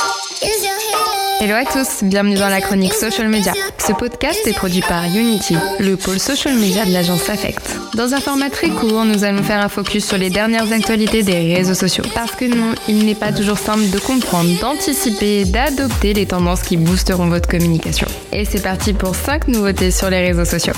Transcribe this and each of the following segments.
Hello à tous, bienvenue dans la chronique Social Media. Ce podcast est produit par Unity, le pôle social media de l'agence Affect. Dans un format très court, nous allons faire un focus sur les dernières actualités des réseaux sociaux. Parce que non, il n'est pas toujours simple de comprendre, d'anticiper et d'adopter les tendances qui boosteront votre communication. Et c'est parti pour 5 nouveautés sur les réseaux sociaux.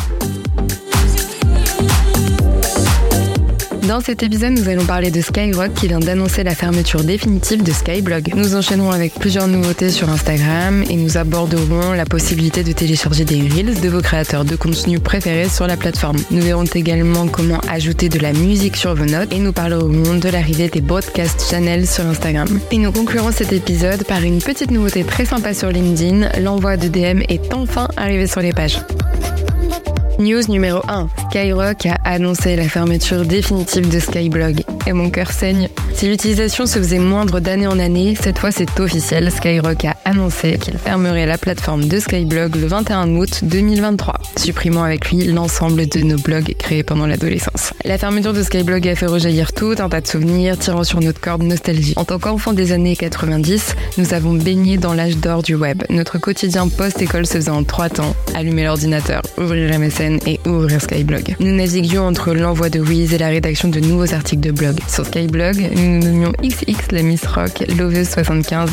Dans cet épisode, nous allons parler de Skyrock qui vient d'annoncer la fermeture définitive de Skyblog. Nous enchaînerons avec plusieurs nouveautés sur Instagram et nous aborderons la possibilité de télécharger des Reels de vos créateurs de contenu préférés sur la plateforme. Nous verrons également comment ajouter de la musique sur vos notes et nous parlerons de l'arrivée des broadcast channels sur Instagram. Et nous conclurons cet épisode par une petite nouveauté très sympa sur LinkedIn. L'envoi de DM est enfin arrivé sur les pages. News numéro 1. Skyrock a annoncé la fermeture définitive de Skyblog. Et mon cœur saigne. Si l'utilisation se faisait moindre d'année en année, cette fois c'est officiel. Skyrock a annoncé qu'il fermerait la plateforme de Skyblog le 21 août 2023, supprimant avec lui l'ensemble de nos blogs créés pendant l'adolescence. La fermeture de Skyblog a fait rejaillir tout un tas de souvenirs, tirant sur notre corde nostalgie. En tant qu'enfant des années 90, nous avons baigné dans l'âge d'or du web. Notre quotidien post-école se faisait en 3 temps. Allumer l'ordinateur, ouvrir MSN et ouvrir Skyblog. Nous naviguions entre l'envoi de whiz et la rédaction de nouveaux articles de blog. Sur Skyblog, nous nommions XX la Miss Rock, Loveuse75,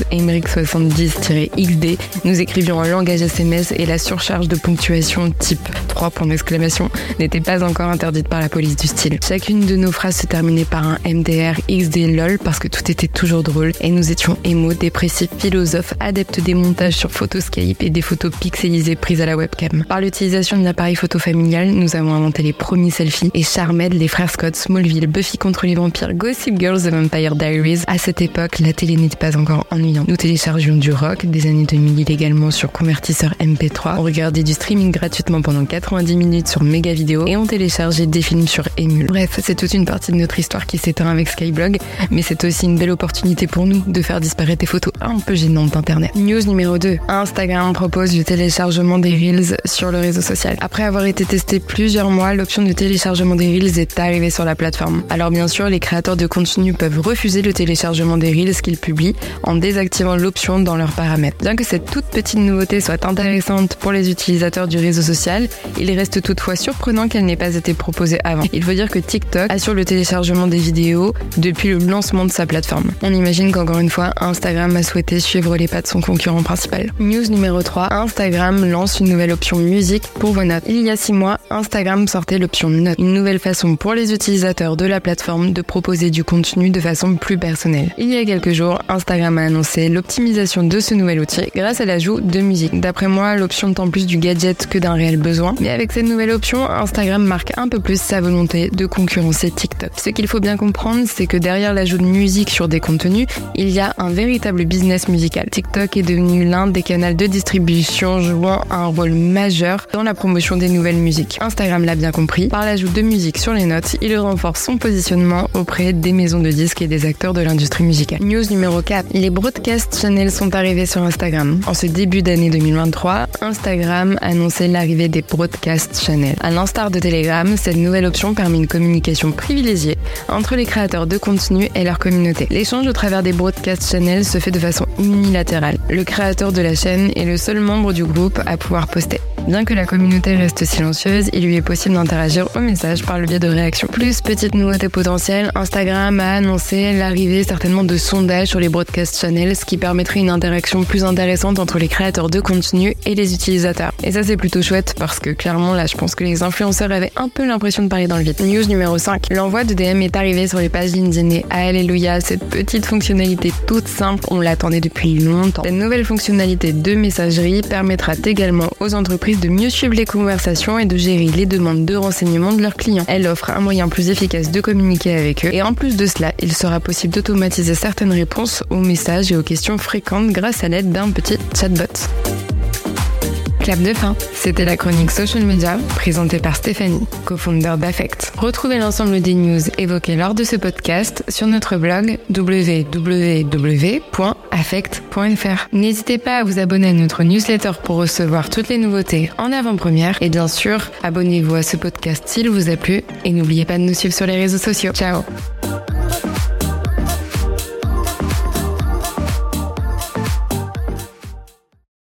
Emmerich70-XD. Nous écrivions en langage SMS et la surcharge de ponctuation type 3 points d'exclamation n'était pas encore interdite par la police du style. Chacune de nos phrases se terminait par un MDR, XD, LOL parce que tout était toujours drôle et nous étions émo, dépressifs, philosophes, adeptes des montages sur Photoscape et des photos pixelisées prises à la webcam. Par l'utilisation de l'appareil photo familial, nous avons inventé les premiers selfies et Charmed, les frères Scott, Smallville, Buffy contre les vampires, Gossip Girl, The Vampire Diaries. À cette époque, la télé n'était pas encore ennuyante. Nous téléchargions du rock des années 2000 illégalement sur convertisseur MP3. On regardait du streaming gratuitement pendant 90 minutes sur Mega Vidéo et on téléchargeait des films sur Emule. Bref, c'est toute une partie de notre histoire qui s'éteint avec Skyblog, mais c'est aussi une belle opportunité pour nous de faire disparaître des photos un peu gênantes d'internet. News numéro 2. Instagram propose le téléchargement des Reels sur le réseau social. Après avoir été testé plusieurs mois, l'option de téléchargement des Reels est arrivée sur la plateforme. Alors bien sûr, les créateurs de contenu peuvent refuser le téléchargement des Reels qu'ils publient en désactivant l'option dans leurs paramètres. Bien que cette toute petite nouveauté soit intéressante pour les utilisateurs du réseau social, il reste toutefois surprenant qu'elle n'ait pas été proposée avant. Il faut dire que TikTok assure le téléchargement des vidéos depuis le lancement de sa plateforme. On imagine qu'encore une fois, Instagram a souhaité suivre les pas de son concurrent principal. News numéro 3. Instagram lance une nouvelle option musique pour vos notes. Il y a 6 mois, Instagram sortait l'option Notes, une nouvelle façon pour les utilisateurs de la plateforme de proposer du contenu de façon plus personnelle. Il y a quelques jours, Instagram a annoncé l'optimisation de ce nouvel outil grâce à l'ajout de musique. D'après moi, l'option tend plus du gadget que d'un réel besoin, mais avec cette nouvelle option, Instagram marque un peu plus sa volonté de concurrencer TikTok. Ce qu'il faut bien comprendre, c'est que derrière l'ajout de musique sur des contenus, il y a un véritable business musical. TikTok est devenu l'un des canaux de distribution jouant un rôle majeur dans la promotion des nouvelles musiques. Instagram l'a bien compris. Par l'ajout de musique sur les notes, il renforce son positionnement auprès des maisons de disques et des acteurs de l'industrie musicale. News numéro 4. Les broadcast channels sont arrivés sur Instagram. En ce début d'année 2023, Instagram annonçait l'arrivée des broadcast channels. À l'instar de Telegram, cette nouvelle option permet une communication privilégiée entre les créateurs de contenu et leur communauté. L'échange au travers des broadcast channels se fait de façon unilatérale. Le créateur de la chaîne est le seul membre du groupe à pouvoir poster. Bien que la communauté reste silencieuse, il lui est possible d'interagir au message par le biais de réactions. Plus petite nouveauté potentielle, Instagram a annoncé l'arrivée certainement de sondages sur les broadcast channels, ce qui permettrait une interaction plus intéressante entre les créateurs de contenu et les utilisateurs. Et ça c'est plutôt chouette parce que clairement là je pense que les influenceurs avaient un peu l'impression de parler dans le vide. News numéro 5. L'envoi de DM est arrivé sur les pages LinkedIn et alléluia, cette petite fonctionnalité toute simple, on l'attendait depuis longtemps. Cette nouvelle fonctionnalité de messagerie permettra également aux entreprises de mieux suivre les conversations et de gérer les demandes de renseignements de leurs clients. Elle offre un moyen plus efficace de communiquer avec eux et en plus de cela, il sera possible d'automatiser certaines réponses aux messages et aux questions fréquentes grâce à l'aide d'un petit chatbot. Clap de fin. C'était la chronique Social Media présentée par Stéphanie, co-founder d'Affect. Retrouvez l'ensemble des news évoquées lors de ce podcast sur notre blog www.affect.fr. N'hésitez pas à vous abonner à notre newsletter pour recevoir toutes les nouveautés en avant-première et bien sûr, abonnez-vous à ce podcast s'il vous a plu et n'oubliez pas de nous suivre sur les réseaux sociaux. Ciao.